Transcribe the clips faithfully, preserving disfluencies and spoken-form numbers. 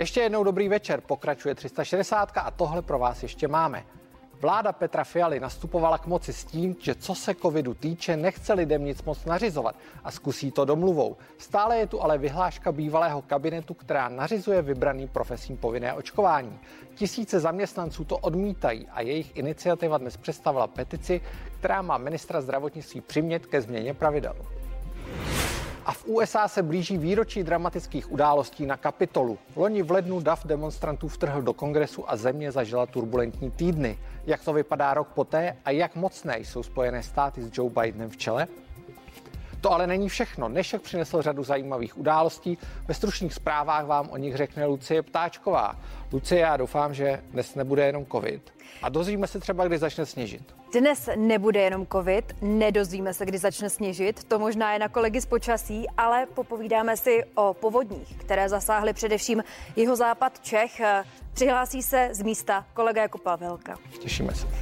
Ještě jednou dobrý večer, pokračuje tři sta šedesát a tohle pro vás ještě máme. Vláda Petra Fialy nastupovala k moci s tím, že co se covidu týče, nechce lidem nic moc nařizovat a zkusí to domluvou. Stále je tu ale vyhláška bývalého kabinetu, která nařizuje vybraným profesím povinné očkování. Tisíce zaměstnanců to odmítají a jejich iniciativa dnes představila petici, která má ministra zdravotnictví přimět ke změně pravidel. A v U S A se blíží výročí dramatických událostí na Kapitolu. Loni v lednu dav demonstrantů vtrhl do kongresu a země zažila turbulentní týdny. Jak to vypadá rok poté a jak mocné jsou Spojené státy s Joe Bidenem v čele? To ale není všechno. Dnešek přinesl řadu zajímavých událostí. Ve stručných zprávách vám o nich řekne Lucie Ptáčková. Lucie, já doufám, že dnes nebude jenom covid. A dozvíme se třeba, kdy začne sněžit. Dnes nebude jenom covid, nedozvíme se, kdy začne sněžit, to možná je na kolegy z počasí, ale popovídáme si o povodních, které zasáhly především jihozápad Čech. Přihlásí se z místa kolega Jakub Pavelka. Těšíme se.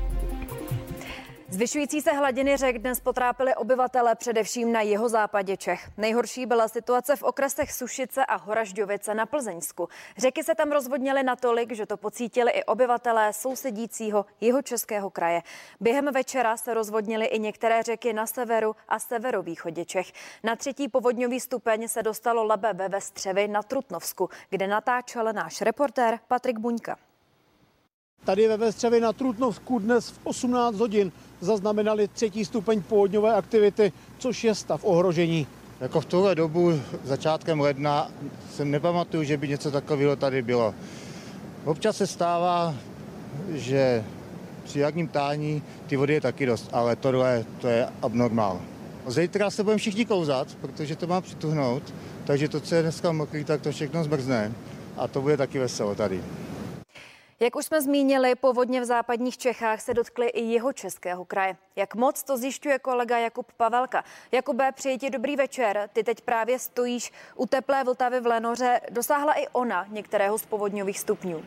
Zvyšující se hladiny řek dnes potrápily obyvatele především na jihozápadě Čech. Nejhorší byla situace v okresech Sušice a Horažďovice na Plzeňsku. Řeky se tam rozvodnily natolik, že to pocítili i obyvatelé sousedícího jihočeského kraje. Během večera se rozvodnily i některé řeky na severu a severovýchodě Čech. Na třetí povodňový stupeň se dostalo Labe ve Vestřevi na Trutnovsku, kde natáčel náš reportér Patrik Buňka. Tady ve Vestřevi na Trutnovsku dnes v osmnáct hodin zaznamenali třetí stupeň povodňové aktivity, což je stav ohrožení. Jako v tuhle dobu začátkem ledna se nepamatuju, že by něco takového tady bylo. Občas se stává, že při jarním tání ty vody je taky dost, ale tohle to je abnormál. Zítra se budeme všichni kouzat, protože to má přituhnout, takže to, co je dneska mokrý, tak to všechno zmrzne a to bude taky veselo tady. Jak už jsme zmínili, povodně v západních Čechách se dotkly i jihočeského kraje. Jak moc, to zjišťuje kolega Jakub Pavelka. Jakube, přeji ti dobrý večer. Ty teď právě stojíš u teplé Vltavy v Lenoře. Dosáhla i ona některého z povodňových stupňů?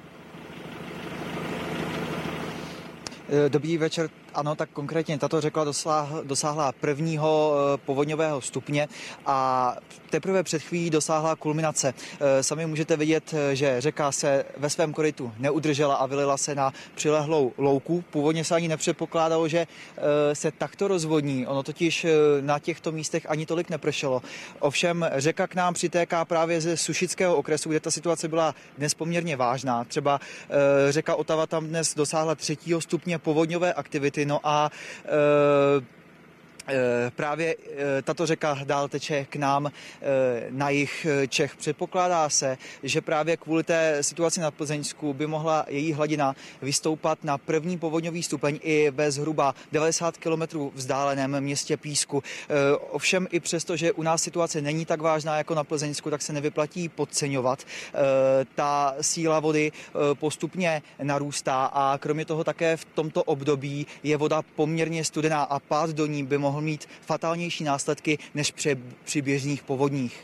Dobrý večer. Ano, tak konkrétně tato řekla dosáhla, dosáhla prvního povodňového stupně a teprve před chvílí dosáhla kulminace. Sami můžete vidět, že řeka se ve svém korytu neudržela a vylila se na přilehlou louku. Původně se ani nepředpokládalo, že se takto rozvodní. Ono totiž na těchto místech ani tolik nepršelo. Ovšem řeka k nám přitéká právě ze Sušického okresu, kde ta situace byla dnes poměrně vážná. Třeba řeka Otava tam dnes dosáhla třetího stupně povodňové aktivity. No a e, právě tato řeka dál teče k nám na jih Čech. Předpokládá se, že právě kvůli té situaci na Plzeňsku by mohla její hladina vystoupat na první povodňový stupeň i ve zhruba devadesát kilometrů vzdáleném městě Písku. Ovšem i přesto, že u nás situace není tak vážná jako na Plzeňsku, tak se nevyplatí podceňovat. Ta síla vody postupně narůstá a kromě toho také v tomto období je voda poměrně studená a pád do ní by mohl mít fatálnější následky než při, při běžných povodních.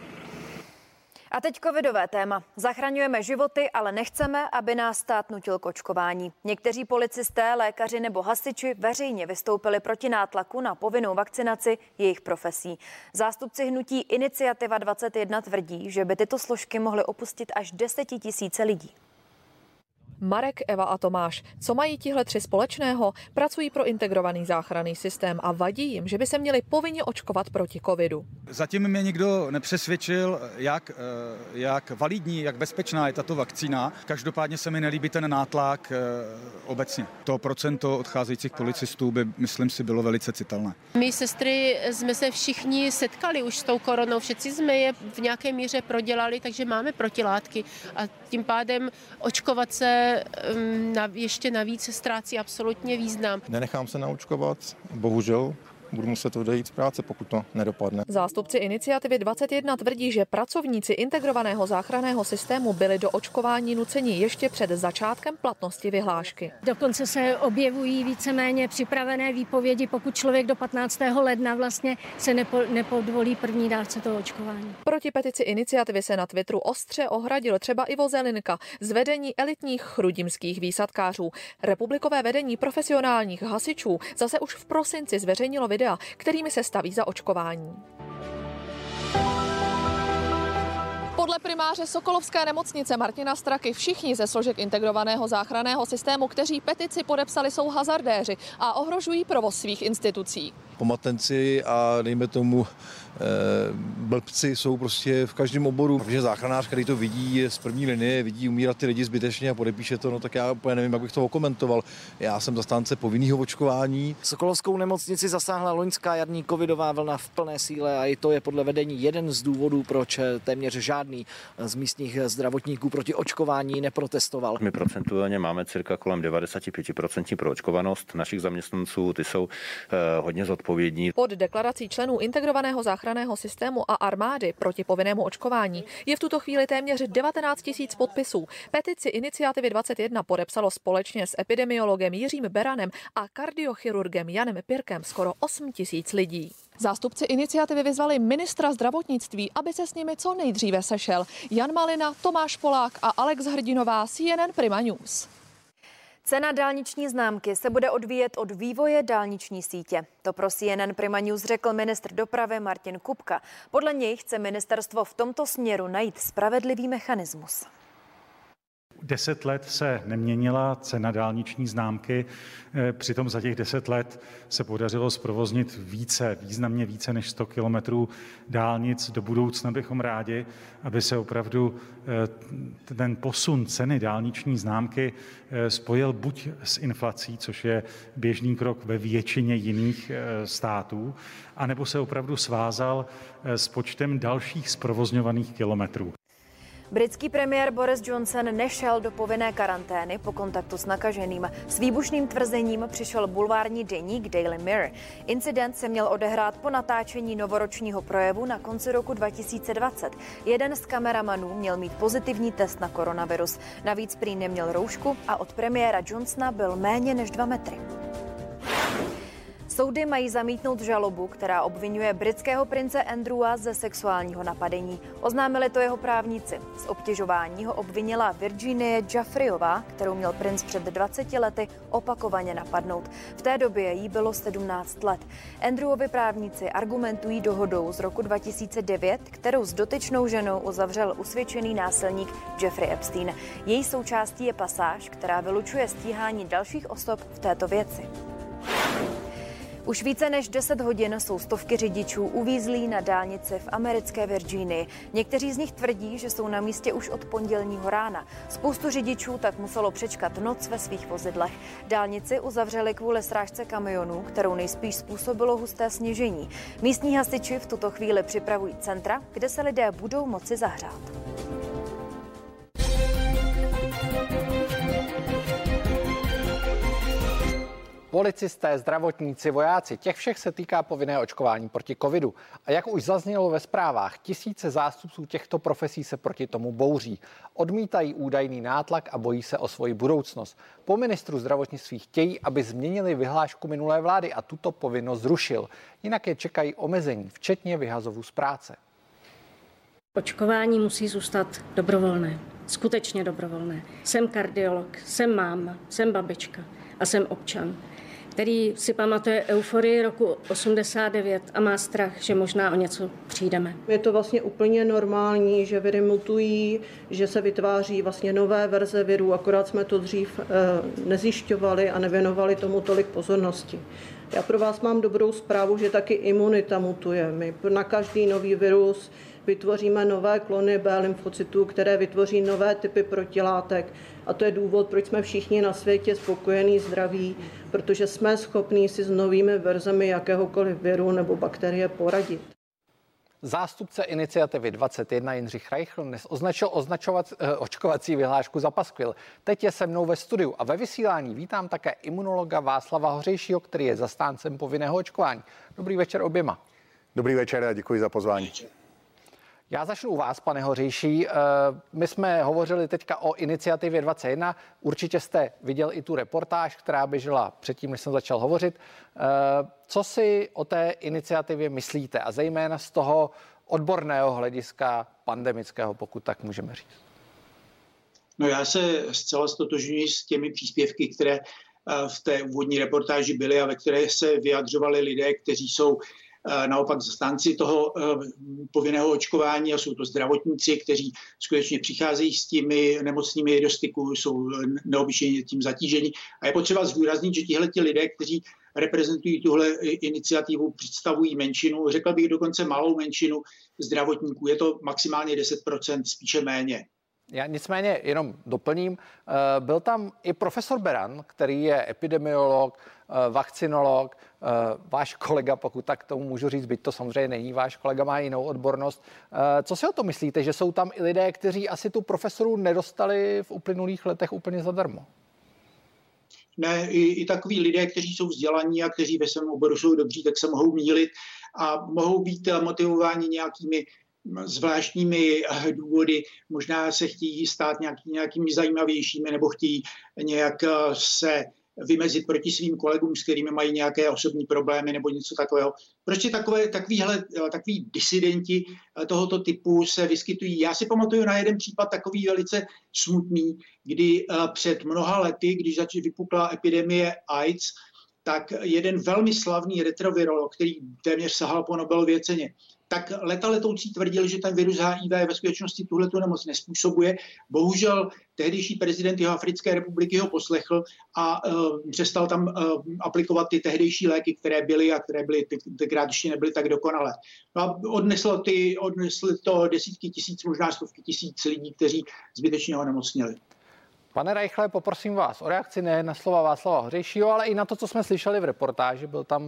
A teď covidové téma. Zachraňujeme životy, ale nechceme, aby nás stát nutil k očkování. Někteří policisté, lékaři nebo hasiči veřejně vystoupili proti nátlaku na povinnou vakcinaci jejich profesí. Zástupci hnutí Iniciativa dvacet jedna tvrdí, že by tyto složky mohly opustit až desetitisíce lidí. Marek, Eva a Tomáš. Co mají tihle tři společného? Pracují pro integrovaný záchranný systém a vadí jim, že by se měli povinně očkovat proti covidu. Zatím mě nikdo nepřesvědčil, jak, jak validní, jak bezpečná je tato vakcína. Každopádně se mi nelíbí ten nátlak obecně. To procento odcházejících policistů by, myslím si, bylo velice citelné. My sestry jsme se všichni setkali už s tou koronou, všetci jsme je v nějaké míře prodělali, takže máme protilátky a tím pádem očkovat se Na, ještě navíc ztrácí absolutně význam. Nenechám se naočkovat, bohužel budu muset odejít z práce, pokud to nedopadne. Zástupci Iniciativy dvacet jedna tvrdí, že pracovníci integrovaného záchranného systému byli do očkování nuceni ještě před začátkem platnosti vyhlášky. Dokonce se objevují víceméně připravené výpovědi, pokud člověk do patnáctého ledna vlastně se nepo, nepodvolí první dávce toho očkování. Proti petici Iniciativy se na Twitteru ostře ohradil třeba Ivo Zelinka z vedení elitních chrudimských výsadkářů. Republikové vedení profesionálních hasičů zase už v prosinci zveřejnilo videa, kterými se staví za očkování. Podle primáře sokolovské nemocnice Martina Straky všichni ze složek integrovaného záchranného systému, kteří petici podepsali, jsou hazardéři a ohrožují provoz svých institucí. Pomatenci a dejme tomu e, blbci jsou prostě v každém oboru, protože záchranář, který to vidí z první linie, vidí umírat ty lidi zbytečně a podepíše to, no tak já úplně nevím, jak bych to okomentoval. Já jsem zastánce povinného očkování. Sokolovskou nemocnici zasáhla loňská jarní covidová vlna v plné síle a i to je podle vedení jeden z důvodů, proč téměř žádný z místních zdravotníků proti očkování neprotestoval. My procentuálně máme cirka kolem devadesát pět procent proočkovanost našich zaměstnanců, ty jsou eh, hodně zodpovědní. Pod deklarací členů integrovaného záchranného systému a armády proti povinnému očkování je v tuto chvíli téměř devatenáct tisíc podpisů. Petici Iniciativy dvacet jedna podepsalo společně s epidemiologem Jiřím Beranem a kardiochirurgem Janem Pirkem skoro osm tisíc lidí. Zástupci iniciativy vyzvali ministra zdravotnictví, aby se s nimi co nejdříve sešel. Jan Malina, Tomáš Polák a Alex Hrdinová, C N N Prima News. Cena dálniční známky se bude odvíjet od vývoje dálniční sítě. To pro C N N Prima News řekl ministr dopravy Martin Kupka. Podle něj chce ministerstvo v tomto směru najít spravedlivý mechanismus. Deset let se neměnila cena dálniční známky, přitom za těch deset let se podařilo zprovoznit více, významně více než sto kilometrů dálnic. Do budoucna bychom rádi, aby se opravdu ten posun ceny dálniční známky spojil buď s inflací, což je běžný krok ve většině jiných států, anebo se opravdu svázal s počtem dalších zprovozňovaných kilometrů. Britský premiér Boris Johnson nešel do povinné karantény po kontaktu s nakaženým. S výbušným tvrzením přišel bulvární deník Daily Mirror. Incident se měl odehrát po natáčení novoročního projevu na konci roku dva tisíce dvacet. Jeden z kameramanů měl mít pozitivní test na koronavirus. Navíc prý neměl roušku a od premiéra Johnsona byl méně než dva metry. Soudy mají zamítnout žalobu, která obvinuje britského prince Andrewa ze sexuálního napadení. Oznámili to jeho právníci. Z obtěžování ho obvinila Virginie Giuffriová, kterou měl princ před dvaceti lety opakovaně napadnout. V té době jí bylo sedmnáct let. Andrewovi právníci argumentují dohodou z roku dva tisíce devět, kterou s dotyčnou ženou uzavřel usvědčený násilník Jeffrey Epstein. Její součástí je pasáž, která vylučuje stíhání dalších osob v této věci. Už více než deset hodin jsou stovky řidičů uvízlí na dálnici v americké Virginii. Někteří z nich tvrdí, že jsou na místě už od pondělního rána. Spoustu řidičů tak muselo přečkat noc ve svých vozidlech. Dálnici uzavřeli kvůli srážce kamionů, kterou nejspíš způsobilo husté sněžení. Místní hasiči v tuto chvíli připravují centra, kde se lidé budou moci zahřát. Policisté, zdravotníci, vojáci, těch všech se týká povinné očkování proti covidu. A jak už zaznělo ve zprávách, tisíce zástupců těchto profesí se proti tomu bouří. Odmítají údajný nátlak a bojí se o svoji budoucnost. Po ministru zdravotnictví chtějí, aby změnili vyhlášku minulé vlády a tuto povinnost zrušil. Jinak je čekají omezení, včetně vyhazovů z práce. Očkování musí zůstat dobrovolné, skutečně dobrovolné. Jsem kardiolog, jsem máma, jsem babička a jsem občan, který si pamatuje euforii roku osmdesát devět a má strach, že možná o něco přijdeme. Je to vlastně úplně normální, že viry mutují, že se vytváří vlastně nové verze virů, akorát jsme to dřív e, nezjišťovali a nevěnovali tomu tolik pozornosti. Já pro vás mám dobrou zprávu, že taky imunita mutuje. My na každý nový virus vytvoříme nové klony B lymfocytů, které vytvoří nové typy protilátek. A to je důvod, proč jsme všichni na světě spokojení, zdraví, protože jsme schopní si s novými verzemi jakéhokoliv viru nebo bakterie poradit. Zástupce iniciativy dvacet jedna Jindřich Reichl dnes označil označovat, eh, očkovací vyhlášku za paskvil. Teď je se mnou ve studiu a ve vysílání vítám také imunologa Václava Hořejšího, který je zastáncem povinného očkování. Dobrý večer oběma. Dobrý večer a děkuji za pozvání. Já začnu u vás, pane Hořejší. My jsme hovořili teďka o iniciativě dvacet jedna. Určitě jste viděl i tu reportáž, která běžela předtím, než jsem začal hovořit. Co si o té iniciativě myslíte? A zejména z toho odborného hlediska pandemického, pokud tak můžeme říct. No já se zcela ztotožňuji s těmi příspěvky, které v té úvodní reportáži byly a ve které se vyjadřovali lidé, kteří jsou naopak zastánci toho povinného očkování a jsou to zdravotníci, kteří skutečně přicházejí s těmi nemocnými do styku, jsou neobyčejně tím zatíženi. A je potřeba zdůraznit, že tihleti lidé, kteří reprezentují tuhle iniciativu, představují menšinu, řekl bych dokonce malou menšinu zdravotníků. Je to maximálně deset procent, spíše méně. Já nicméně jenom doplním, byl tam i profesor Beran, který je epidemiolog, vakcinolog, váš kolega, pokud tak tomu můžu říct, byť to samozřejmě není, váš kolega má jinou odbornost. Co si o to myslíte, že jsou tam i lidé, kteří asi tu profesoru nedostali v uplynulých letech úplně zadarmo? Ne, i, i takoví lidé, kteří jsou vzdělaní a kteří ve svém oboru jsou dobří, tak se mohou mýlit a mohou být motivováni nějakými zvláštními důvody, možná se chtějí stát nějaký, nějakými zajímavějšími nebo chtějí nějak se vymezit proti svým kolegům, s kterými mají nějaké osobní problémy nebo něco takového. Prostě takové, takovýhle, takový disidenti tohoto typu se vyskytují. Já si pamatuju na jeden případ takový velice smutný, kdy před mnoha lety, když začala vypukla epidemie AIDS, tak jeden velmi slavný retrovirolog, který téměř sahal po Nobelově ceně, tak leta letoucí tvrdil, že ten virus H I V ve skutečnosti tuhletu nemoc nespůsobuje. Bohužel tehdejší prezident Jihoafrické republiky ho poslechl a uh, přestal tam uh, aplikovat ty tehdejší léky, které byly a které byly tenkrát ještě nebyly tak dokonalé. No a odneslo, ty, odneslo to desítky tisíc, možná stovky tisíc lidí, kteří zbytečně onemocněli. Pane Reichle, poprosím vás o reakci ne na slova Václava Hořejšího, ale i na to, co jsme slyšeli v reportáži. Byl tam uh,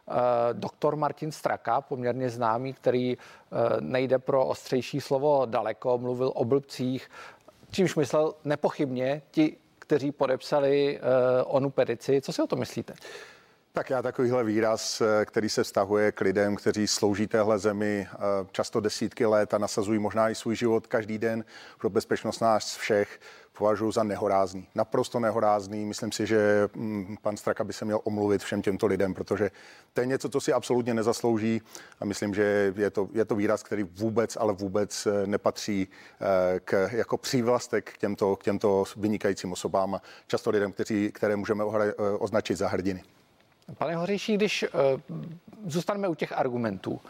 doktor Martin Straka, poměrně známý, který uh, nejde pro ostřejší slovo daleko, mluvil o blbcích, čímž myslel nepochybně ti, kteří podepsali uh, onu petici. Co si o to myslíte? Tak já takovýhle výraz, který se vztahuje k lidem, kteří slouží téhle zemi často desítky let a nasazují možná i svůj život každý den pro bezpečnost nás všech, považuji za nehorázný. Naprosto nehorázný. Myslím si, že pan Straka by se měl omluvit všem těmto lidem, protože to je něco, co si absolutně nezaslouží a myslím, že je to, je to výraz, který vůbec, ale vůbec nepatří k, jako přívlastek k těmto, k těmto vynikajícím osobám a často lidem, kteří, které můžeme označit za hrdiny. Pane Hořejší, když uh, zůstaneme u těch argumentů, uh,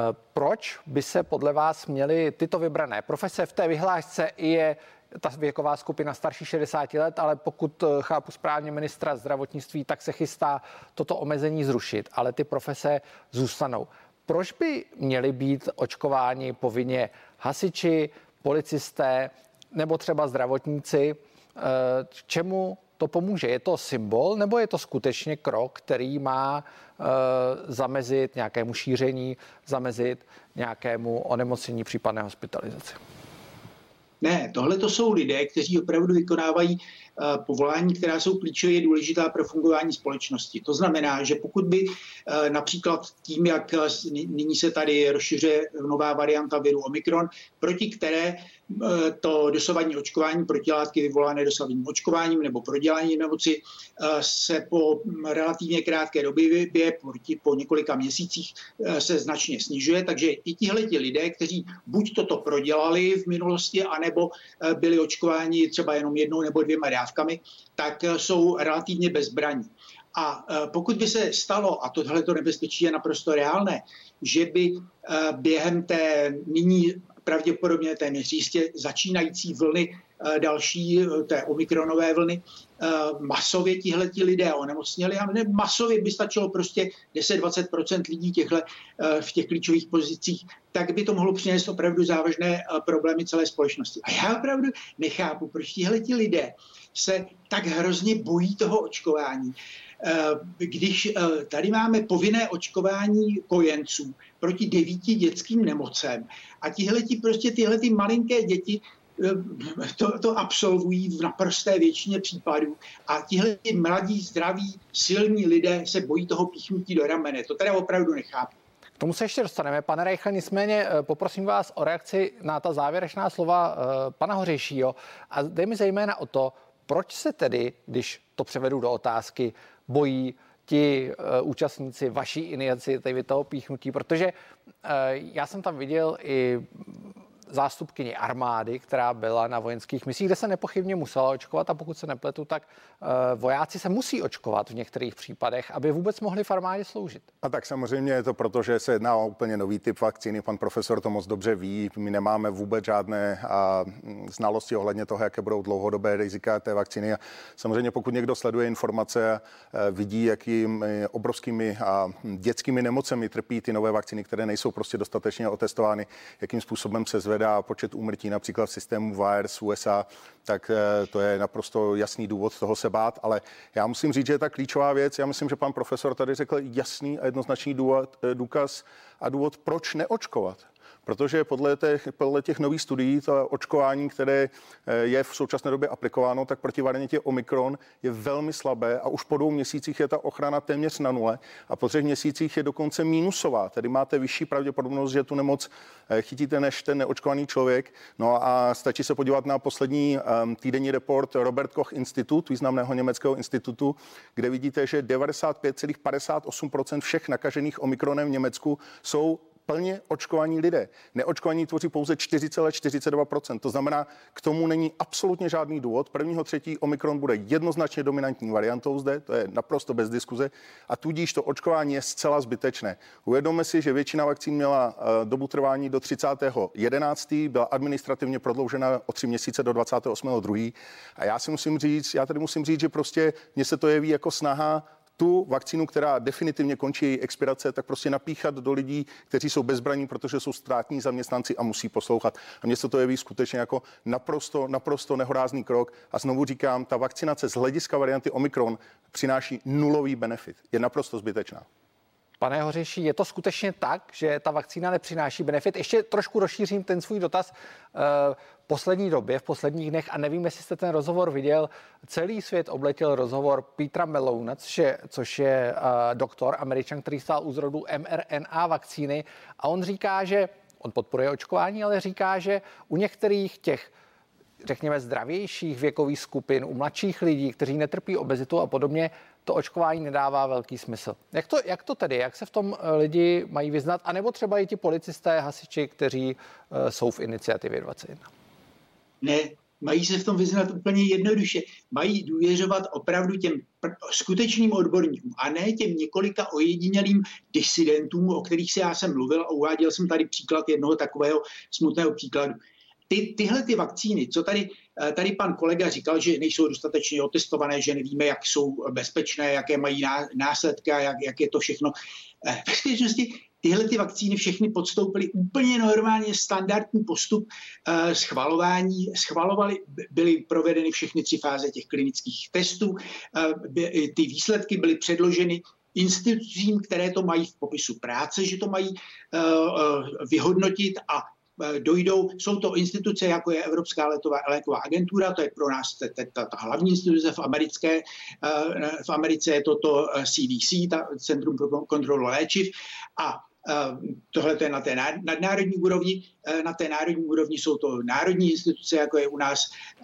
proč by se podle vás měly tyto vybrané profese, v té vyhlášce je ta věková skupina starší šedesáti let, ale pokud uh, chápu správně ministra zdravotnictví, tak se chystá toto omezení zrušit, ale ty profese zůstanou. Proč by měli být očkováni povinně hasiči, policisté nebo třeba zdravotníci? Uh, čemu to pomůže? Je to symbol, nebo je to skutečně krok, který má uh, zamezit nějakému šíření, zamezit nějakému onemocnění, případné hospitalizaci? Ne, tohle to jsou lidé, kteří opravdu vykonávají uh, povolání, která jsou klíčově důležitá pro fungování společnosti. To znamená, že pokud by uh, například tím, jak nyní se tady rozšiřuje nová varianta viru Omikron, proti které uh, to dosavadní očkování protilátky vyvolané dosavadním očkováním nebo prodělání nemoci uh, se po relativně krátké době, po, po několika měsících uh, se značně snižuje, takže i tihleti lidé, kteří buď toto prodělali v minulosti, anebo nebo byli očkováni třeba jenom jednou nebo dvěma dávkami, tak jsou relativně bezbraní. A pokud by se stalo, a tohleto nebezpečí je naprosto reálné, že by během té nyní pravděpodobně téměř jistě začínající vlny další, té omikronové vlny, masově tihleti lidé onemocněli a masově by stačilo prostě deset až dvacet procent lidí těchhle, v těch klíčových pozicích, tak by to mohlo přinést opravdu závažné problémy celé společnosti. A já opravdu nechápu, proč tihleti lidé se tak hrozně bojí toho očkování. Když tady máme povinné očkování kojenců proti devíti dětským nemocem a tihleti prostě tyhle ty malinké děti to, to absolvují v naprosté většině případů a tihle mladí, zdraví, silní lidé se bojí toho píchnutí do ramene. To teda opravdu nechápu. K tomu se ještě dostaneme. Pane Reichle, nicméně poprosím vás o reakci na ta závěrečná slova pana Hořejšího a jde mi zejména o to, proč se tedy, když to převedu do otázky, bojí ti uh, účastníci vaší iniciativy toho píchnutí, protože uh, já jsem tam viděl i zástupkyni armády, která byla na vojenských misích, kde se nepochybně musela očkovat a pokud se nepletu, tak uh, vojáci se musí očkovat v některých případech, aby vůbec mohli v armádě sloužit. A tak samozřejmě je to proto, že se jedná o úplně nový typ vakcíny. Pan profesor to moc dobře ví. My nemáme vůbec žádné a, znalosti ohledně toho, jaké budou dlouhodobé rizika té vakcíny. A samozřejmě pokud někdo sleduje informace a vidí, jakými obrovskými a dětskými nemocemi trpí ty nové vakcíny, které nejsou prostě dostatečně otestovány, jakým způsobem se zvedá počet úmrtí například v systému VAERS U S A, tak to je naprosto jasný důvod toho se bát. Ale já musím říct, že je ta klíčová věc. Já myslím, že pan profesor tady řekl jasný a jednoznačný důvod, důkaz a důvod, proč neočkovat. Protože podle těch, podle těch nových studií to očkování, které je v současné době aplikováno, tak proti variantě Omikron je velmi slabé a už po dvou měsících je ta ochrana téměř na nule a po třech měsících je dokonce mínusová. Tedy máte vyšší pravděpodobnost, že tu nemoc chytíte než ten neočkovaný člověk. No a stačí se podívat na poslední um, týdenní report Robert Koch Institut, významného německého institutu, kde vidíte, že devadesát pět celá padesát osm procent všech nakažených Omikronem v Německu jsou plně očkovaní lidé. Neočkovaní tvoří pouze čtyři celá čtyřicet dva procenta. To znamená, k tomu není absolutně žádný důvod. Prvního třetí Omikron bude jednoznačně dominantní variantou zde, to je naprosto bez diskuze a tudíž to očkování je zcela zbytečné. Uvědomme si, že většina vakcín měla dobu trvání do třicátého jedenáctého byla administrativně prodloužena o tři měsíce do dvacátého osmého druhého A já si musím říct, já tady musím říct, že prostě mně se to jeví jako snaha tu vakcínu, která definitivně končí její expirace, tak prostě napíchat do lidí, kteří jsou bezbraní, protože jsou státní zaměstnanci a musí poslouchat. A mně se to jeví skutečně jako naprosto, naprosto nehorázný krok. A znovu říkám, ta vakcinace z hlediska varianty Omikron přináší nulový benefit. Je naprosto zbytečná. Pane Hořejší, je to skutečně tak, že ta vakcína nepřináší benefit? Ještě trošku rozšířím ten svůj dotaz. V poslední době, v posledních dnech, a nevím, jestli jste ten rozhovor viděl, celý svět obletěl rozhovor Petra Melouna, což je, což je uh, doktor, Američan, který stál u zrodu em er en á vakcíny a on říká, že on podporuje očkování, ale říká, že u některých těch řekněme zdravějších věkových skupin, u mladších lidí, kteří netrpí obezitu a podobně, to očkování nedává velký smysl. Jak to, jak to tedy? Jak se v tom lidi mají vyznat? A nebo třeba i ti policisté, hasiči, kteří uh, jsou v iniciativě dvacet jedna? Ne, mají se v tom vyznat úplně jednoduše. Mají důvěřovat opravdu těm pr- skutečným odborníkům a ne těm několika ojedinělým disidentům, o kterých se já jsem mluvil a uváděl jsem tady příklad jednoho takového smutného příkladu. Ty, tyhle ty vakcíny, co tady, tady pan kolega říkal, že nejsou dostatečně otestované, že nevíme, jak jsou bezpečné, jaké mají následky a jak, jak je to všechno. V skutečnosti tyhle ty vakcíny všechny podstoupily úplně normálně standardní postup schvalování. Schvalovali, byly provedeny všechny tři fáze těch klinických testů. Ty výsledky byly předloženy institucím, které to mají v popisu práce, že to mají vyhodnotit a dojdou, jsou to instituce, jako je Evropská léková, léková agentura, to je pro nás ta, ta, ta hlavní instituce v, americké, v Americe, je to to C D C, ta Centrum pro kontrolu léčiv a tohle to je na té nadnárodní úrovni. Na té národní úrovni jsou to národní instituce, jako je u nás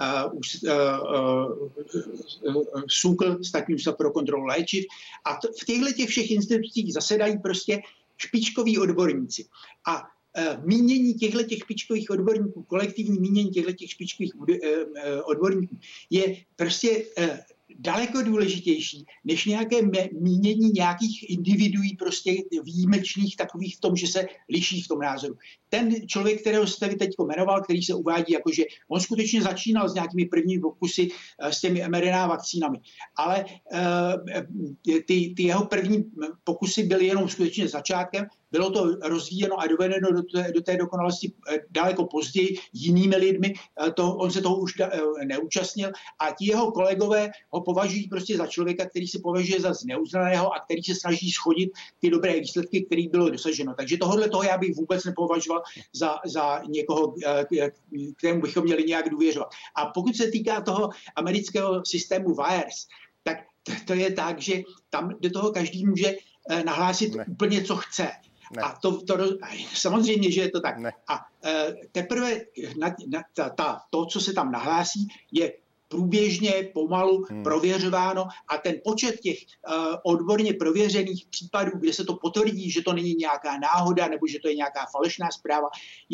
SÚKL, Státní ústav pro kontrolu léčiv. A to, v těchto těch všech institucích zasedají prostě špičkoví odborníci. A mínění těchto těch špičkových odborníků, kolektivní mínění těchto těch špičkových odborníků je prostě daleko důležitější než nějaké mínění nějakých individuí prostě výjimečných takových v tom, že se liší v tom názoru. Ten člověk, kterého jste vy teď jmenoval, který se uvádí, jakože on skutečně začínal s nějakými prvními pokusy s těmi em er en á vakcínami, ale ty, ty jeho první pokusy byly jenom skutečně začátkem, bylo to rozvíjeno a dovedeno do té, do té dokonalosti daleko později jinými lidmi, to, on se toho už da, neúčastnil a ti jeho kolegové ho považují prostě za člověka, který se považuje za zneuznaného a který se snaží shodit ty dobré výsledky, které bylo dosaženo. Takže tohohle toho já bych vůbec nepovažoval za, za někoho, kterému bychom měli nějak důvěřovat. A pokud se týká toho amerického systému VAERS, tak to je tak, že tam do toho každý může nahlásit ne. úplně, co chce. Ne. A to, to, samozřejmě, že je to tak. Ne. A teprve na, na, ta, ta, to, co se tam nahlásí, je průběžně, pomalu hmm. prověřováno a ten počet těch uh, odborně prověřených případů, kde se to potvrdí, že to není nějaká náhoda nebo že to je nějaká falešná zpráva, je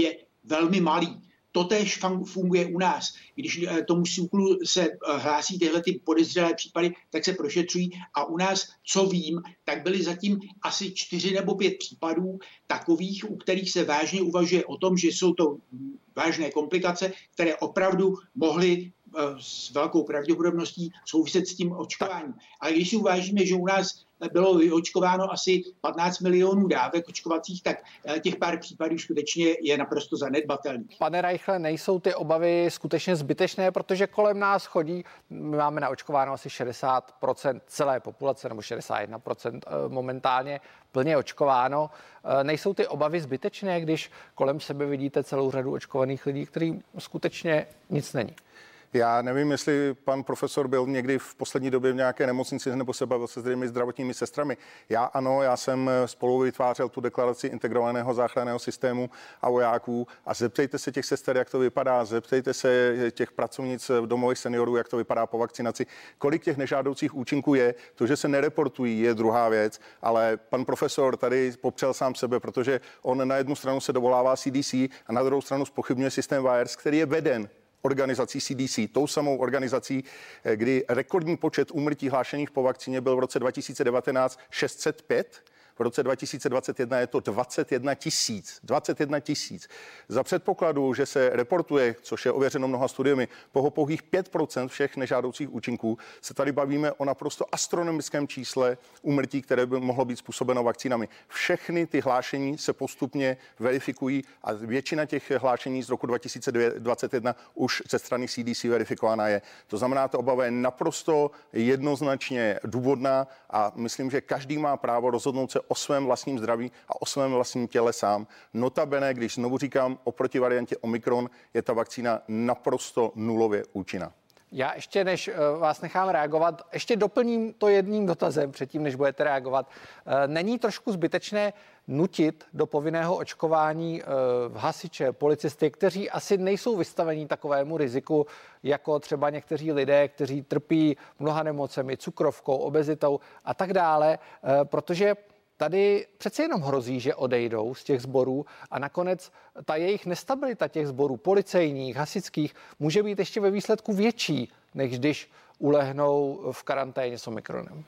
velmi malý. Totéž funguje u nás. Když tomu SÚKLu se hlásí tyhle ty podezřelé případy, tak se prošetřují a u nás, co vím, tak byly zatím asi čtyři nebo pět případů takových, u kterých se vážně uvažuje o tom, že jsou to vážné komplikace, které opravdu mohly s velkou pravděpodobností souviset s tím očkováním. Ale když si uvážíme, že u nás bylo očkováno asi patnáct milionů dávek očkovacích, tak těch pár případů skutečně je naprosto zanedbatelných. Pane Reichle, nejsou ty obavy skutečně zbytečné, protože kolem nás chodí, my máme naočkováno asi šedesát procent celé populace, nebo šedesát jedna procent momentálně plně očkováno. Nejsou ty obavy zbytečné, když kolem sebe vidíte celou řadu očkovaných lidí, kterým skutečně nic není? Já nevím, jestli pan profesor byl někdy v poslední době v nějaké nemocnici nebo se bavil se s zdravotními sestrami. Já ano, já jsem spolu vytvářel tu deklaraci integrovaného záchranného systému a vojáků a zeptejte se těch sester, jak to vypadá, zeptejte se těch pracovnic v domovech seniorů, jak to vypadá po vakcinaci, kolik těch nežádoucích účinků je. To, že se nereportují, je druhá věc, ale pan profesor tady popřel sám sebe, protože on na jednu stranu se dovolává C D C a na druhou stranu zpochybňuje systém V A E R S, který je veden organizací C D C, tou samou organizací, kdy rekordní počet úmrtí hlášených po vakcíně byl v roce dva tisíce devatenáct šest set pět, v roce dva tisíce dvacet jedna je to dvacet jedna tisíc. dvacet jedna tisíc. Za předpokladu, že se reportuje, což je ověřeno mnoha studiemi, pouhých pět procent všech nežádoucích účinků, se tady bavíme o naprosto astronomickém čísle úmrtí, které by mohlo být způsobeno vakcínami. Všechny ty hlášení se postupně verifikují a většina těch hlášení z roku dva tisíce dvacet jedna už ze strany C D C verifikovaná je. To znamená, ta obava je naprosto jednoznačně důvodná a myslím, že každý má právo rozhodnout se o svém vlastním zdraví a o svém vlastním těle sám. Notabene, když znovu říkám, oproti variantě Omikron je ta vakcína naprosto nulově účinná. Já ještě, než vás nechám reagovat, ještě doplním to jedním dotazem předtím, než budete reagovat. Není trošku zbytečné nutit do povinného očkování hasiče, policisty, kteří asi nejsou vystaveni takovému riziku, jako třeba někteří lidé, kteří trpí mnoha nemocemi, cukrovkou, obezitou a tak dále, protože tady přece jenom hrozí, že odejdou z těch sborů a nakonec ta jejich nestabilita těch sborů policejních, hasičských může být ještě ve výsledku větší, než když ulehnou v karanténě s Omikronem.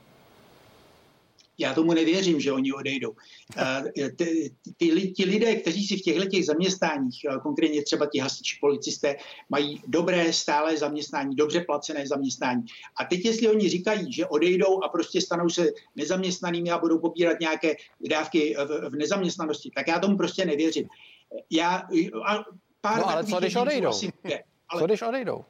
Já tomu nevěřím, že oni odejdou. Ty, ty, ti lidé, kteří si v těchto těch zaměstnáních, konkrétně třeba ti hasiči, policisté, mají dobré stále zaměstnání, dobře placené zaměstnání. A teď, jestli oni říkají, že odejdou a prostě stanou se nezaměstnanými a budou pobírat nějaké dávky v, v nezaměstnanosti, tak já tomu prostě nevěřím. Já, a pár no ale co když odejdou? Bude, ale... Co když odejdou?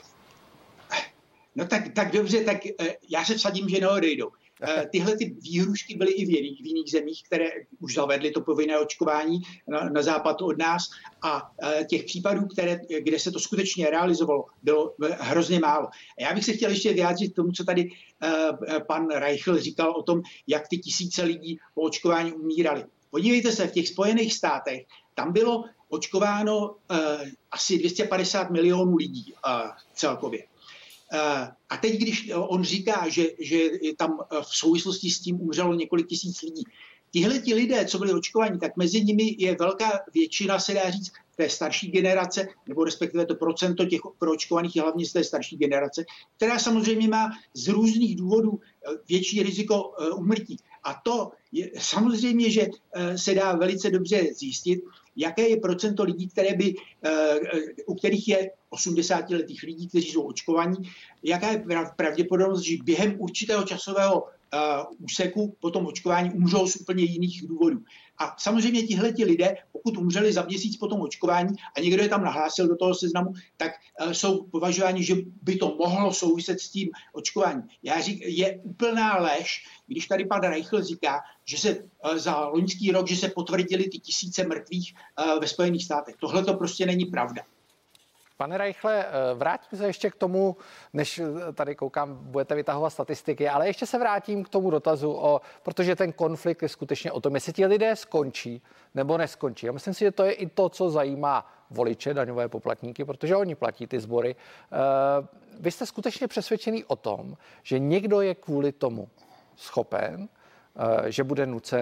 No tak, tak dobře, tak já se vsadím, že neodejdou. Tyhle ty výhrušky byly i v jiných, v jiných zemích, které už zavedly to povinné očkování na, na západ od nás a těch případů, které, kde se to skutečně realizovalo, bylo hrozně málo. A já bych se chtěl ještě vyjádřit k tomu, co tady pan Reichl říkal o tom, jak ty tisíce lidí po očkování umírali. Podívejte se, v těch Spojených státech tam bylo očkováno uh, asi dvě stě padesát milionů lidí uh, celkově. A teď, když on říká, že, že tam v souvislosti s tím umřelo několik tisíc lidí, tihle ti lidé, co byli očkovaní, tak mezi nimi je velká většina, se dá říct, té starší generace, nebo respektive to procento těch proočkovaných je hlavně z té starší generace, která samozřejmě má z různých důvodů větší riziko úmrtí. A to je samozřejmě, že se dá velice dobře zjistit, jaké je procento lidí, které by, u kterých je osmdesátiletých lidí, kteří jsou očkovaní, jaká je pravděpodobnost, že během určitého časového uh, úseku po tom očkování umřou z úplně jiných důvodů. A samozřejmě tihleti lidé, pokud umřeli za měsíc po tom očkování a někdo je tam nahlásil do toho seznamu, tak uh, jsou považováni, že by to mohlo souviset s tím očkováním. Já řík, je úplná lež, když tady pan Reichl říká, že se uh, za loňský rok, že se potvrdili ty tisíce mrtvých uh, ve Spojených státech. Tohle to prostě není pravda. Pane Reichle, vrátím se ještě k tomu, než tady koukám, budete vytahovat statistiky, ale ještě se vrátím k tomu dotazu, o, protože ten konflikt je skutečně o tom, jestli ti lidé skončí nebo neskončí. Já myslím si, že to je i to, co zajímá voliče, daňové poplatníky, protože oni platí ty sbory. Vy jste skutečně přesvědčený o tom, že někdo je kvůli tomu schopen, že bude nucen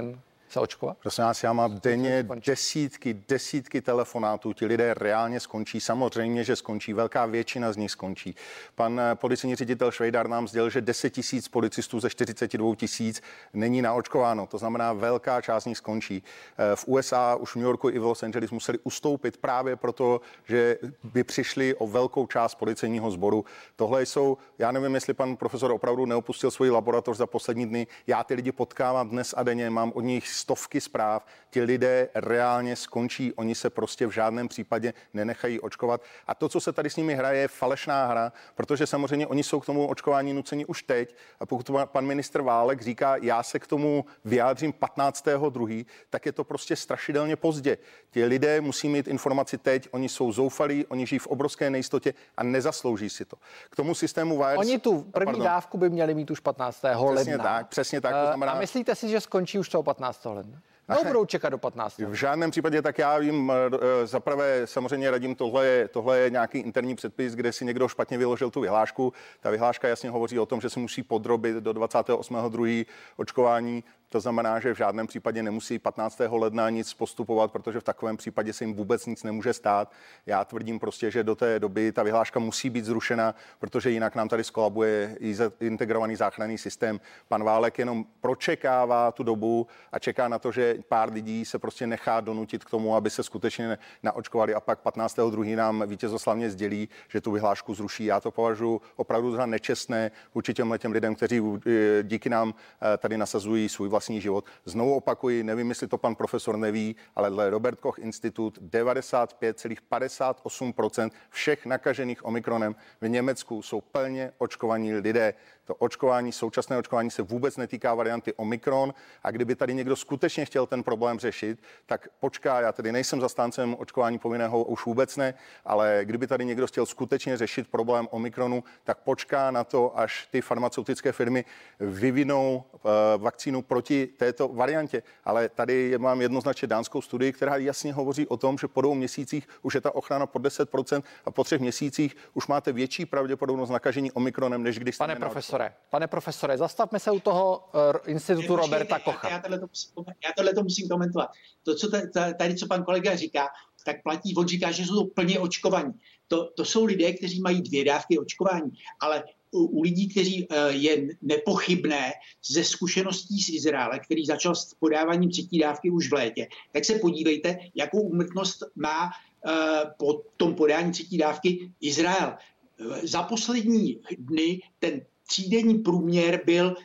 se očkovat? Prosím vás, já mám denně desítky, desítky telefonátů, ti lidé reálně skončí. Samozřejmě, že skončí, velká většina z nich skončí. Pan policejní ředitel Švejdar nám sdělil, že deset tisíc policistů ze čtyřicet dva tisíc není naočkováno. To znamená, velká část z nich skončí. V U S A už v New Yorku i v Los Angeles museli ustoupit právě proto, že by přišli o velkou část policejního sboru. Tohle jsou, já nevím, jestli pan profesor opravdu neopustil svoji laboratoř za poslední dny. Já ty lidi potkávám dnes a denně, mám od nich stovky zpráv. Ti lidé reálně skončí, oni se prostě v žádném případě nenechají očkovat. A to, co se tady s nimi hraje, je falešná hra, protože samozřejmě oni jsou k tomu očkování nuceni už teď. A pokud pan ministr Válek říká, já se k tomu vyjádřím patnáctého druhého tak je to prostě strašidelně pozdě. Ti lidé musí mít informaci teď, oni jsou zoufalí, oni žijí v obrovské nejistotě a nezaslouží si to. K tomu systému Wires... Oni tu první pardon. dávku by měli mít už patnáctého ledna. Přesně tak, přesně tak. To znamená... A myslíte si, že skončí už toho patnáctého ledna? No, budou čekat do patnáctého. V žádném případě, tak já jim zaprvé samozřejmě radím, tohle je, tohle je nějaký interní předpis, kde si někdo špatně vyložil tu vyhlášku. Ta vyhláška jasně hovoří o tom, že se musí podrobit do dvacátého osmého druhého očkování. To znamená, že v žádném případě nemusí patnáctého ledna nic postupovat, protože v takovém případě se jim vůbec nic nemůže stát. Já tvrdím prostě, že do té doby ta vyhláška musí být zrušena, protože jinak nám tady skolabuje integrovaný záchranný systém. Pan Válek jenom pročekává tu dobu a čeká na to, že pár lidí se prostě nechá donutit k tomu, aby se skutečně naočkovali a pak patnáctého druhého nám vítězoslavně sdělí, že tu vyhlášku zruší. Já to považuji opravdu za nečestné vůči těm lidem, kteří díky nám tady nasazují svůj vlastní život. Znovu opakuji, nevím, jestli to pan profesor neví, ale dle Robert Koch Institut devadesát pět celá padesát osm procent všech nakažených omikronem v Německu jsou plně očkovaní lidé. To očkování, současné očkování se vůbec netýká varianty Omikron a kdyby tady někdo skutečně chtěl ten problém řešit, tak počká, já tedy nejsem zastáncem očkování povinného, už vůbec ne, ale kdyby tady někdo chtěl skutečně řešit problém Omikronu, tak počká na to, až ty farmaceutické firmy vyvinou uh, vakcínu proti této variantě. Ale tady mám jednoznačně dánskou studii, která jasně hovoří o tom, že po dvou měsících už je ta ochrana pod deset procent a po třech měsících už máte větší pravděpodobnost nakažení Omikronem, než když Pane profesore, Pane profesore, zastavme se u toho uh, institutu Ještě, Roberta Kocha. Já, já, já tohle to musím komentovat. To, co tady, co pan kolega říká, tak platí, on říká, že jsou plně očkovaní. To, to jsou lidé, kteří mají dvě dávky očkování, ale u, u lidí, kteří uh, je nepochybné ze zkušeností z Izraele, který začal s podáváním třetí dávky už v létě, tak se podívejte, jakou úmrtnost má uh, po tom podání třetí dávky Izrael. Za poslední dny ten třídenní průměr byl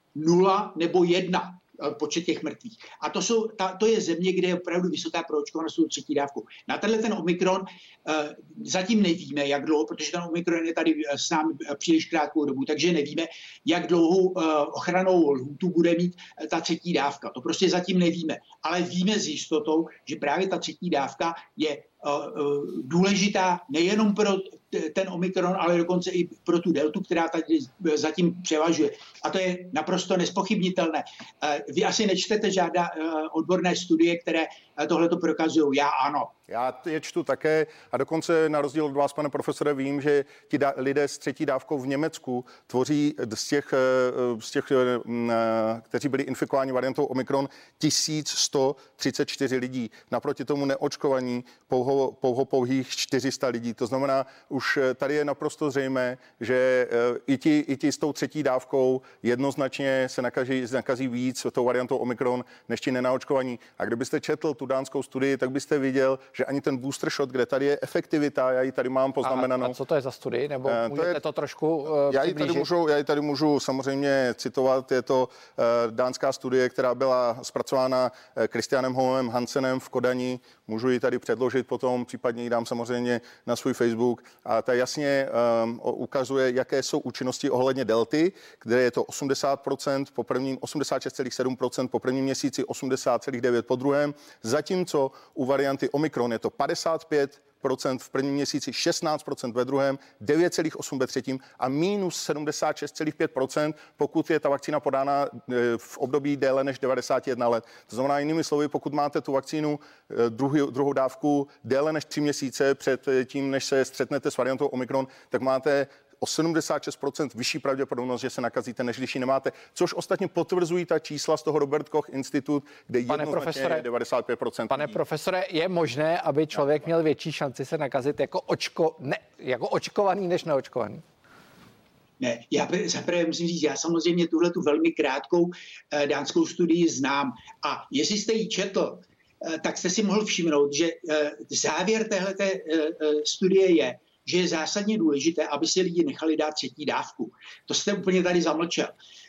nula nebo jedna počet těch mrtvých. A to, jsou, ta, to je země, kde je opravdu vysoká proočkovanost tou třetí dávkou. Na tenhle ten Omikron uh, zatím nevíme, jak dlouho, protože ten Omikron je tady s námi příliš krátkou dobu, takže nevíme, jak dlouhou uh, ochranou lhůtu bude mít uh, ta třetí dávka. To prostě zatím nevíme. Ale víme s jistotou, že právě ta třetí dávka je důležitá nejenom pro ten Omikron, ale dokonce i pro tu deltu, která tady zatím převažuje. A to je naprosto nespochybnitelné. Vy asi nečtete žádné odborné studie, které tohleto prokazují. Já ano. Já je čtu také a dokonce na rozdíl od vás, pane profesore, vím, že ti da- lidé s třetí dávkou v Německu tvoří z těch, z těch, kteří byli infikováni variantou Omikron, tisíc sto třicet čtyři lidí. Naproti tomu neočkovaní pouho, pouho pouhých čtyři sta lidí. To znamená, už tady je naprosto zřejmé, že i ti, i ti s tou třetí dávkou jednoznačně se nakazí, nakazí víc tou variantou Omikron, než ti nenaočkovaní. A kdybyste četl tu dánskou studii, tak byste viděl, že ani ten booster shot, kde tady je efektivita, já ji tady mám poznamenanou. A, a co to je za studii? Nebo uh, můžete to, je, to trošku uh, já ji tady můžu, já ji tady můžu samozřejmě citovat. Je to uh, dánská studie, která byla zpracována uh, Christianem Holmem Hansenem v Kodani. Můžu ji tady předložit potom, případně ji dám samozřejmě na svůj Facebook. A ta jasně um, ukazuje, jaké jsou účinnosti ohledně delty, kde je to osmdesát procent po prvním, osmdesát šest celá sedm procent po prvním měsíci, osmdesát celá devět procent po druhém. Zatímco u varianty Omikron je to padesát pět procent v prvním měsíci, šestnáct procent ve druhém, devět celá osm procent ve třetím a minus sedmdesát šest celá pět procent, pokud je ta vakcína podána v období déle než devadesát jedna let. To znamená jinými slovy, pokud máte tu vakcínu druhý, druhou dávku déle než tři měsíce před tím, než se střetnete s variantou Omikron, tak máte o sedmdesát šest procent vyšší pravděpodobnost, že se nakazíte, než když ji nemáte, což ostatně potvrzují ta čísla z toho Robert Koch institut, kde jednoznačně je devadesát pět procent. Pane profesore, je možné, aby člověk měl větší šanci se nakazit jako, očko, ne, jako očkovaný než neočkovaný? Ne, já zaprvé musím říct, já samozřejmě tuhle tu velmi krátkou eh, dánskou studii znám a jestli jste ji četl, eh, tak jste si mohl všimnout, že eh, závěr téhleté eh, studie je, že je zásadně důležité, aby si lidi nechali dát třetí dávku. To jste úplně tady zamlčel.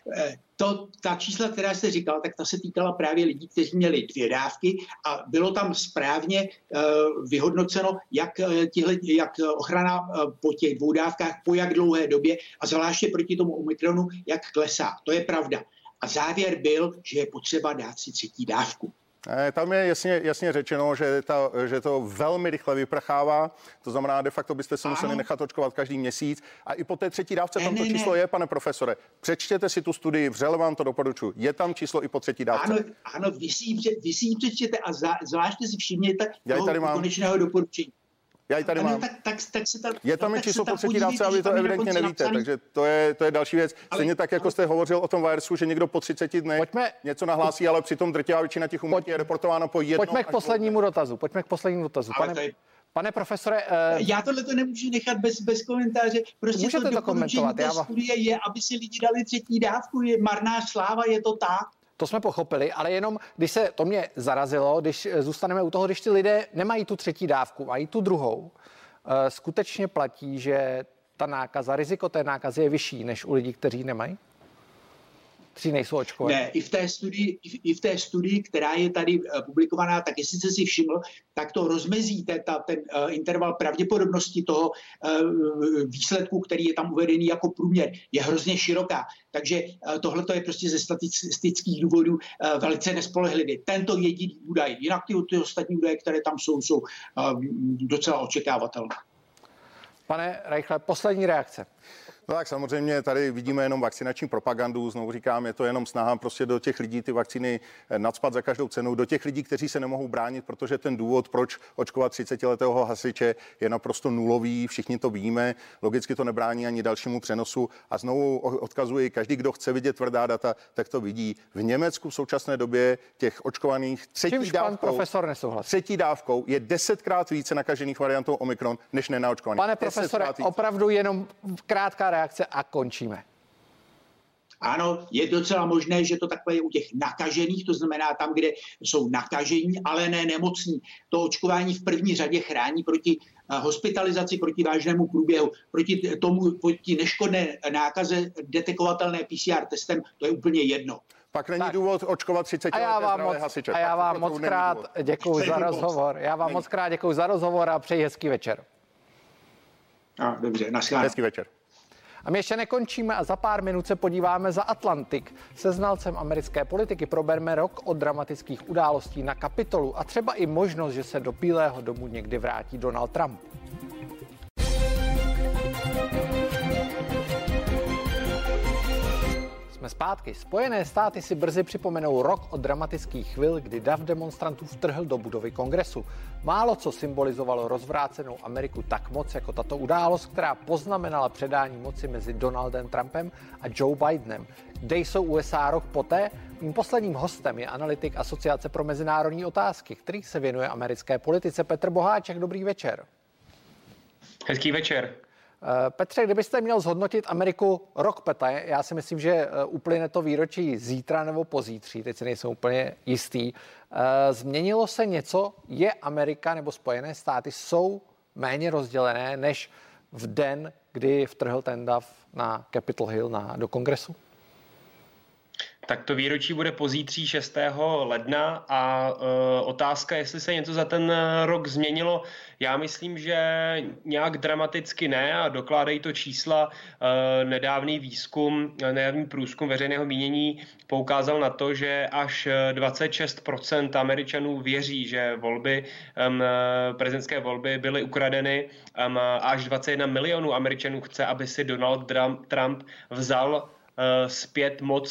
To, ta čísla, která jste říkal, tak ta se týkala právě lidí, kteří měli dvě dávky a bylo tam správně uh, vyhodnoceno, jak, tihle, jak ochrana uh, po těch dvou dávkách, po jak dlouhé době a zvláště proti tomu Omikronu, jak klesá. To je pravda. A závěr byl, že je potřeba dát si třetí dávku. Tam je jasně, jasně řečeno, že, ta, že to velmi rychle vyprchává, to znamená, de facto byste se museli nechat očkovat každý měsíc a i po té třetí dávce ne, tam to ne, číslo ne. je, pane profesore. Přečtěte si tu studii, vřele vám to doporučuji. Je tam číslo i po třetí dávce. Ano, ano vy si ji, vy si ji přečtěte a za, zvláště si všimněte toho konečného doporučení. Já ji tady ano, mám. Tak, tak, tak se tam, je tam no, i číslo po třetí podívejte, dávce, ale vy to evidentně nevíte, napsaný. Takže to je, to je další věc. Ale, Stejně tak, jako ale, jste hovořil o tom virusu, že někdo po třiceti dnech pojďme, něco nahlásí, ale přitom drtivá většina těch úmrtí je reportováno po jednom. Pojďme k poslednímu dotazu. Pojďme k poslednímu dotazu. Pane, je... pane profesore... Uh... Já tohle to nemůžu nechat bez, bez komentáře. Prostě Můžete to, to komentovat. té já... studie je, aby si lidi dali třetí dávku. Je marná sláva, je to tak. To jsme pochopili, ale jenom, když se to mě zarazilo, když zůstaneme u toho, když ty lidé nemají tu třetí dávku, mají tu druhou, skutečně platí, že ta nákaza, riziko té nákazy je vyšší než u lidí, kteří nemají? Kteří nejsou očkovaní? Ne, i v té studii, i v té studii, která je tady publikovaná, tak jestli jste si všiml, tak to rozmezí ten, ten uh, interval pravděpodobnosti toho uh, výsledku, který je tam uvedený jako průměr, je hrozně široká. Takže uh, tohle je prostě ze statistických důvodů uh, velice nespolehlivý. Tento jediný údaj, jinak ty, ty ostatní údaje, které tam jsou, jsou uh, docela očekávatelné. Pane Reichle, poslední reakce. No tak samozřejmě tady vidíme jenom vakcinační propagandu, znovu říkám, je to jenom snaha prostě do těch lidí ty vakcíny nacpat za každou cenu, do těch lidí, kteří se nemohou bránit, protože ten důvod, proč očkovat třicetiletého hasiče, je naprosto nulový, všichni to víme, logicky to nebrání ani dalšímu přenosu a znovu odkazuji, každý, kdo chce vidět tvrdá data, tak to vidí. V Německu v současné době těch očkovaných třetí dávkou, profesor nesouhlasí. třetí dávkou je desetkrát více nakažených variantou Omikron, než nenaočkovaných. Pane profesore, opravdu jenom krátká reakce a končíme. Ano, je docela možné, že to takhle je u těch nakažených, to znamená tam, kde jsou nakažení, ale ne nemocní. To očkování v první řadě chrání proti hospitalizaci, proti vážnému průběhu, proti tomu, proti neškodné nákaze detekovatelné P C R testem, to je úplně jedno. Pak není tak. důvod očkovat třicetileté hasiče. A já vám moc krát děkuji za rozhovor. Já vám moc krát děkuji za rozhovor a přeji hezký večer. A, dobře, naschledanou. Hezký večer. A my ještě nekončíme a za pár minut se podíváme za Atlantik. Se znalcem americké politiky probereme rok od dramatických událostí na Kapitolu a třeba i možnost, že se do Bílého domu někdy vrátí Donald Trump. Jsme zpátky. Spojené státy si brzy připomenou rok od dramatických chvil, kdy dav demonstrantů vtrhl do budovy Kongresu. Málo co symbolizovalo rozvrácenou Ameriku tak moc jako tato událost, která poznamenala předání moci mezi Donaldem Trumpem a Joe Bidenem. Kde jsou U S A rok poté? Mým posledním hostem je analytik Asociace pro mezinárodní otázky, který se věnuje americké politice, Petr Boháček. Dobrý večer. Hezký večer. Petře, kdybyste měl zhodnotit Ameriku rok poté, já si myslím, že uplyne to výročí zítra nebo pozítří, teď si nejsem úplně jistý. Změnilo se něco? Je Amerika nebo Spojené státy jsou méně rozdělené než v den, kdy vtrhl ten dav na Capitol Hill na, do kongresu? Tak to výročí bude pozítří šestého ledna a e, otázka, jestli se něco za ten rok změnilo. Já myslím, že nějak dramaticky ne a dokládají to čísla. E, nedávný výzkum, nedávný průzkum veřejného mínění poukázal na to, že až dvacet šest procent Američanů věří, že volby, e, prezidentské volby byly ukradeny e, a až dvacet jedna milionů Američanů chce, aby si Donald Trump vzal e, zpět moc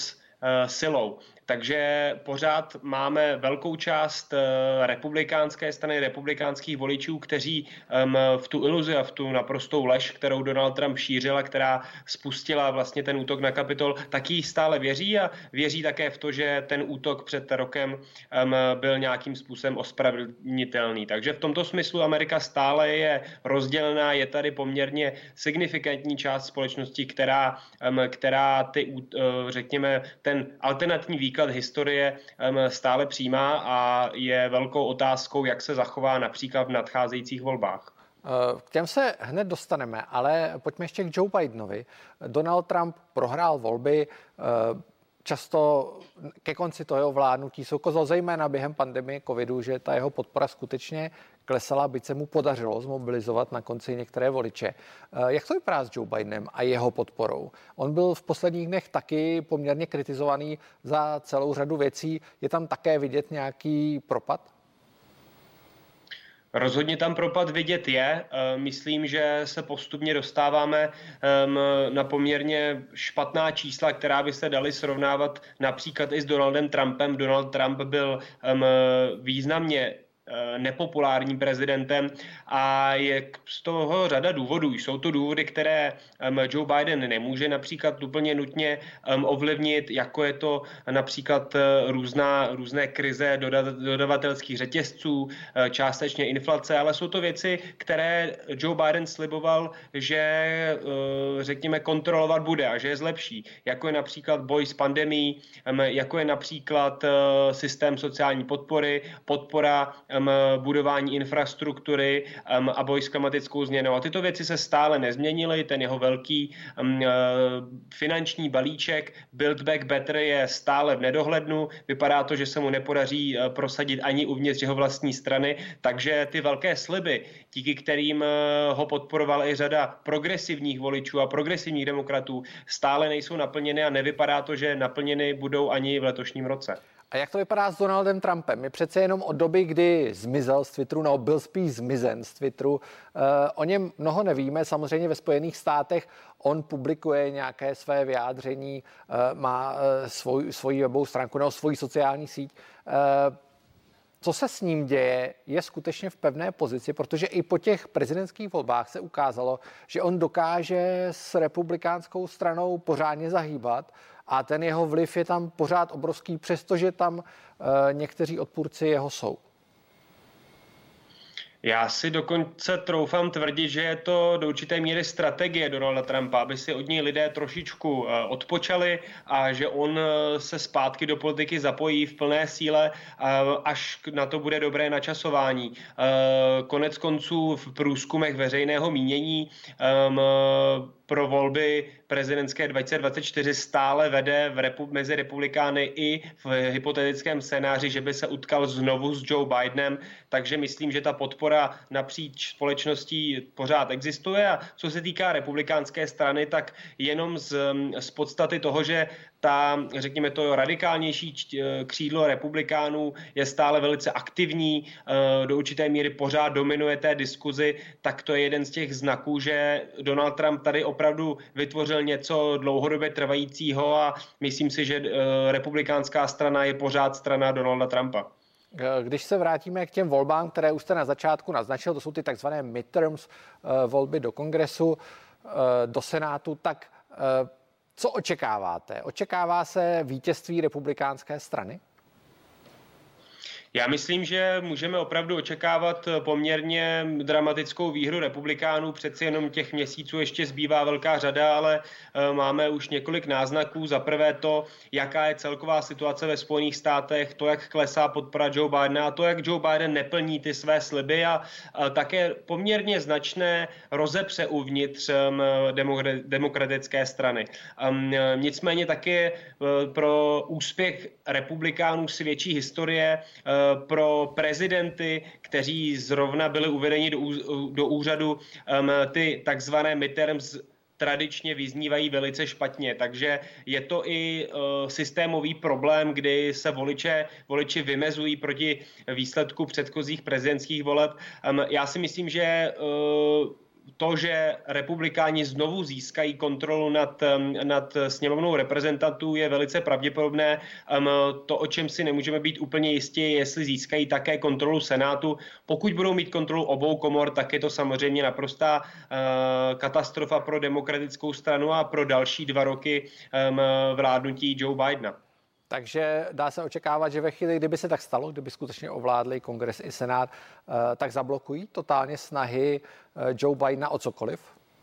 silou. Takže pořád máme velkou část republikánské strany, republikánských voličů, kteří v tu iluzi a v tu naprostou lež, kterou Donald Trump šířil a která spustila vlastně ten útok na Kapitol, tak jí stále věří a věří také v to, že ten útok před rokem byl nějakým způsobem ospravedlnitelný. Takže v tomto smyslu Amerika stále je rozdělená, je tady poměrně signifikantní část společnosti, která, která ty, řekněme, ten alternativní výklad historie stále přijímá a je velkou otázkou, jak se zachová například v nadcházejících volbách. K těm se hned dostaneme, ale pojďme ještě k Joe Bidenovi. Donald Trump prohrál volby, často ke konci toho jeho vládnutí se ukázalo zejména během pandemie covidu, že ta jeho podpora skutečně klesala, byť se mu podařilo zmobilizovat na konci některé voliče. Jak to vypadá s Joe Bidenem a jeho podporou? On byl v posledních dnech taky poměrně kritizovaný za celou řadu věcí. Je tam také vidět nějaký propad? Rozhodně tam propad vidět je. Myslím, že se postupně dostáváme na poměrně špatná čísla, která by se daly srovnávat například i s Donaldem Trumpem. Donald Trump byl významně nepopulárním prezidentem a je z toho řada důvodů. Jsou to důvody, které Joe Biden nemůže například úplně nutně ovlivnit, jako je to například různá, různé krize dodavatelských řetězců, částečně inflace, ale jsou to věci, které Joe Biden sliboval, že řekněme kontrolovat bude a že je zlepší, jako je například boj s pandemií, jako je například systém sociální podpory, podpora budování infrastruktury a boj s klimatickou změnou. A tyto věci se stále nezměnily. Ten jeho velký finanční balíček Build Back Better je stále v nedohlednu. Vypadá to, že se mu nepodaří prosadit ani uvnitř jeho vlastní strany. Takže ty velké sliby, díky kterým ho podporovala i řada progresivních voličů a progresivních demokratů, stále nejsou naplněny a nevypadá to, že naplněny budou ani v letošním roce. A jak to vypadá s Donaldem Trumpem? My přece jenom od doby, kdy zmizel z Twitteru, no byl spíš zmizen z Twitteru, eh, o něm mnoho nevíme. Samozřejmě ve Spojených státech on publikuje nějaké své vyjádření, eh, má eh, svoj, svoji webovou stránku nebo svoji sociální síť. Eh, co se s ním děje, je skutečně v pevné pozici, protože i po těch prezidentských volbách se ukázalo, že on dokáže s republikánskou stranou pořádně zahýbat a ten jeho vliv je tam pořád obrovský, přestože tam uh, někteří odpůrci jeho jsou. Já si dokonce troufám tvrdit, že je to do určité míry strategie Donalda Trumpa, aby si od něj lidé trošičku odpočali a že on se zpátky do politiky zapojí v plné síle, až na to bude dobré načasování. Konec konců v průzkumech veřejného mínění pro volby prezidentské dvacet dvacet čtyři stále vede v repu- mezi republikány i v hypotetickém scénáři, že by se utkal znovu s Joe Bidenem, takže myslím, že ta podpora napříč společností pořád existuje a co se týká republikánské strany, tak jenom z, z podstaty toho, že ta, řekněme to, radikálnější křídlo republikánů je stále velice aktivní, do určité míry pořád dominuje té diskuzi, tak to je jeden z těch znaků, že Donald Trump tady opravdu vytvořil něco dlouhodobě trvajícího a myslím si, že republikánská strana je pořád strana Donalda Trumpa. Když se vrátíme k těm volbám, které už jste na začátku naznačil, to jsou ty takzvané midterms, volby do kongresu, do senátu, tak co očekáváte? Očekává se vítězství republikánské strany? Já myslím, že můžeme opravdu očekávat poměrně dramatickou výhru republikánů. Přeci jenom těch měsíců ještě zbývá velká řada, ale máme už několik náznaků. Za prvé to, jaká je celková situace ve Spojených státech, to, jak klesá podpora Joe Bidena a to, jak Joe Biden neplní ty své sliby a také poměrně značné rozepře uvnitř demokratické strany. Nicméně taky pro úspěch republikánů svědčí historie pro prezidenty, kteří zrovna byli uvedeni do, do úřadu, um, ty takzvané midterms tradičně vyznívají velice špatně, takže je to i uh, systémový problém, kdy se voliče, voliči vymezují proti výsledku předchozích prezidentských voleb. Um, já si myslím, že uh, to, že republikáni znovu získají kontrolu nad, nad sněmovnou reprezentantů, je velice pravděpodobné. To, o čem si nemůžeme být úplně jistí, jestli získají také kontrolu Senátu. Pokud budou mít kontrolu obou komor, tak je to samozřejmě naprostá katastrofa pro demokratickou stranu a pro další dva roky vládnutí Joe Bidena. Takže dá se očekávat, že ve chvíli, kdyby se tak stalo, kdyby skutečně ovládli kongres i senát, tak zablokují totálně snahy Joe Bidena o cokoliv?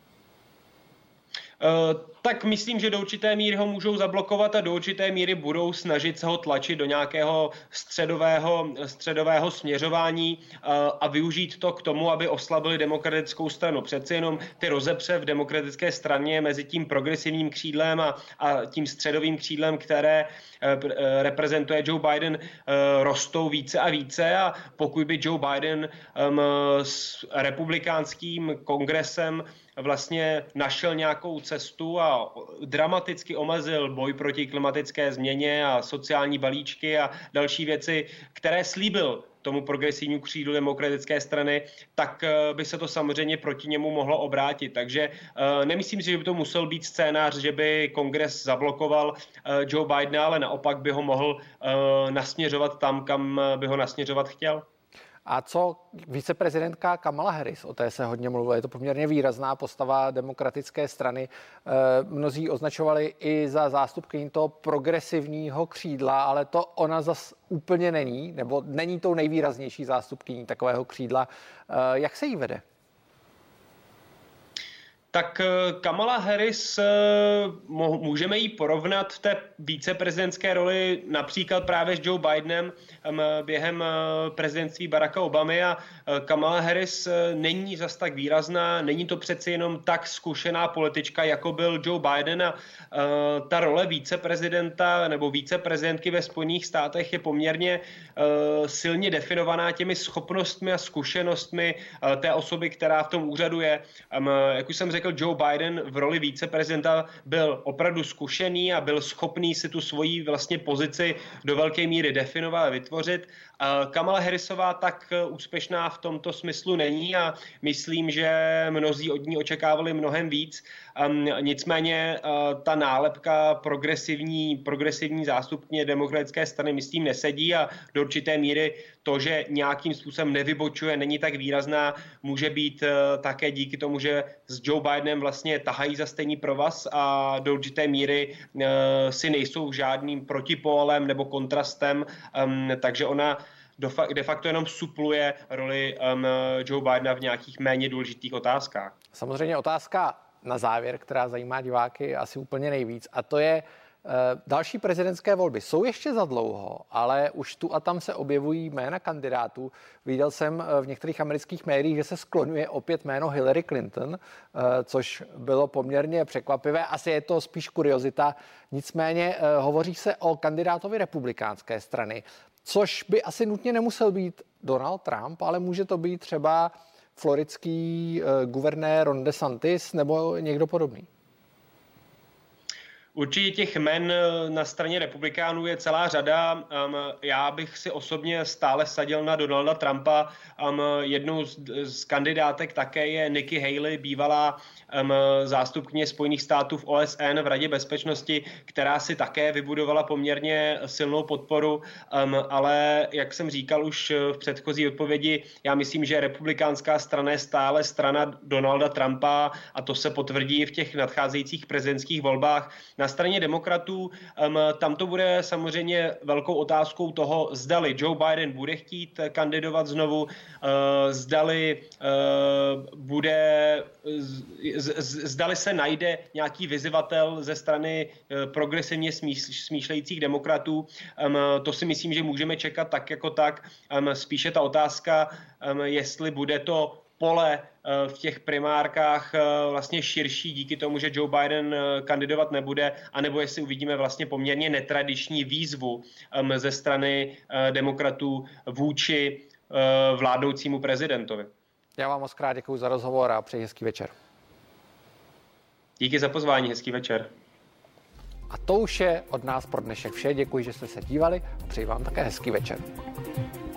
Uh, tak myslím, že do určité míry ho můžou zablokovat a do určité míry budou snažit se ho tlačit do nějakého středového, středového směřování uh, a využít to k tomu, aby oslabili demokratickou stranu. Přeci jenom ty rozepře v demokratické straně mezi tím progresivním křídlem a, a tím středovým křídlem, které uh, reprezentuje Joe Biden, uh, rostou více a více a pokud by Joe Biden um, s republikánským kongresem vlastně našel nějakou cestu a dramaticky omezil boj proti klimatické změně a sociální balíčky a další věci, které slíbil tomu progresivnímu křídlu demokratické strany, tak by se to samozřejmě proti němu mohlo obrátit. Takže nemyslím si, že by to musel být scénář, že by kongres zablokoval Joe Bidena, ale naopak by ho mohl nasměřovat tam, kam by ho nasměřovat chtěl. A co viceprezidentka Kamala Harris? O té se hodně mluvilo. Je to poměrně výrazná postava demokratické strany. Mnozí označovali i za zástupkyni toho progresivního křídla, ale to ona zas úplně není, nebo není tou nejvýraznější zástupkyní takového křídla. Jak se jí vede? Tak Kamala Harris, můžeme ji porovnat v té víceprezidentské roli například právě s Joe Bidenem během prezidentství Baracka Obamy a Kamala Harris není zas tak výrazná, není to přeci jenom tak zkušená politička, jako byl Joe Biden a ta role víceprezidenta nebo víceprezidentky ve Spojených státech je poměrně silně definovaná těmi schopnostmi a zkušenostmi té osoby, která v tom úřadu je. Jak už jsem řekl, Joe Biden v roli víceprezidenta byl opravdu zkušený a byl schopný si tu svoji vlastně pozici do velké míry definovat a vytvořit. Kamala Harrisová tak úspěšná v tomto smyslu není a myslím, že mnozí od ní očekávali mnohem víc. Nicméně ta nálepka progresivní, progresivní zástupkyně demokratické strany myslím nesedí a do určité míry to, že nějakým způsobem nevybočuje, není tak výrazná, může být také díky tomu, že s Joe Bidenem vlastně tahají za stejný provaz a do určité míry si nejsou žádným protipólem nebo kontrastem, takže ona de facto jenom supluje roli Joe Bidena v nějakých méně důležitých otázkách. Samozřejmě otázka na závěr, která zajímá diváky asi úplně nejvíc, a to je další prezidentské volby. Jsou ještě za dlouho, ale už tu a tam se objevují jména kandidátů. Viděl jsem v některých amerických médiích, že se sklonuje opět jméno Hillary Clinton, což bylo poměrně překvapivé. Asi je to spíš kuriozita. Nicméně hovoří se o kandidátovi republikánské strany, což by asi nutně nemusel být Donald Trump, ale může to být třeba floridský guvernér Ron DeSantis nebo někdo podobný. Určitě těch jmen na straně republikánů je celá řada. Já bych si osobně stále vsadil na Donalda Trumpa. Jednou z, z kandidátek také je Nikki Haley, bývalá zástupkyně Spojených států v O S N v Radě bezpečnosti, která si také vybudovala poměrně silnou podporu, ale jak jsem říkal už v předchozí odpovědi, já myslím, že republikánská strana je stále strana Donalda Trumpa a to se potvrdí v těch nadcházejících prezidentských volbách. Na straně demokratů um, tam to bude samozřejmě velkou otázkou toho, zdali Joe Biden bude chtít kandidovat znovu, uh, zdali uh, bude, z, z, zdali se najde nějaký vyzývatel ze strany uh, progresivně smýš, smýšlejících demokratů. Um, to si myslím, že můžeme čekat tak jako tak. Um, spíše ta otázka, um, jestli bude to pole v těch primárkách vlastně širší díky tomu, že Joe Biden kandidovat nebude, anebo jestli uvidíme vlastně poměrně netradiční výzvu ze strany demokratů vůči vládnoucímu prezidentovi. Já vám moc krát děkuji za rozhovor a přeji hezký večer. Díky za pozvání, hezký večer. A to už je od nás pro dnešek vše. Děkuji, že jste se dívali a přeji vám také hezký večer.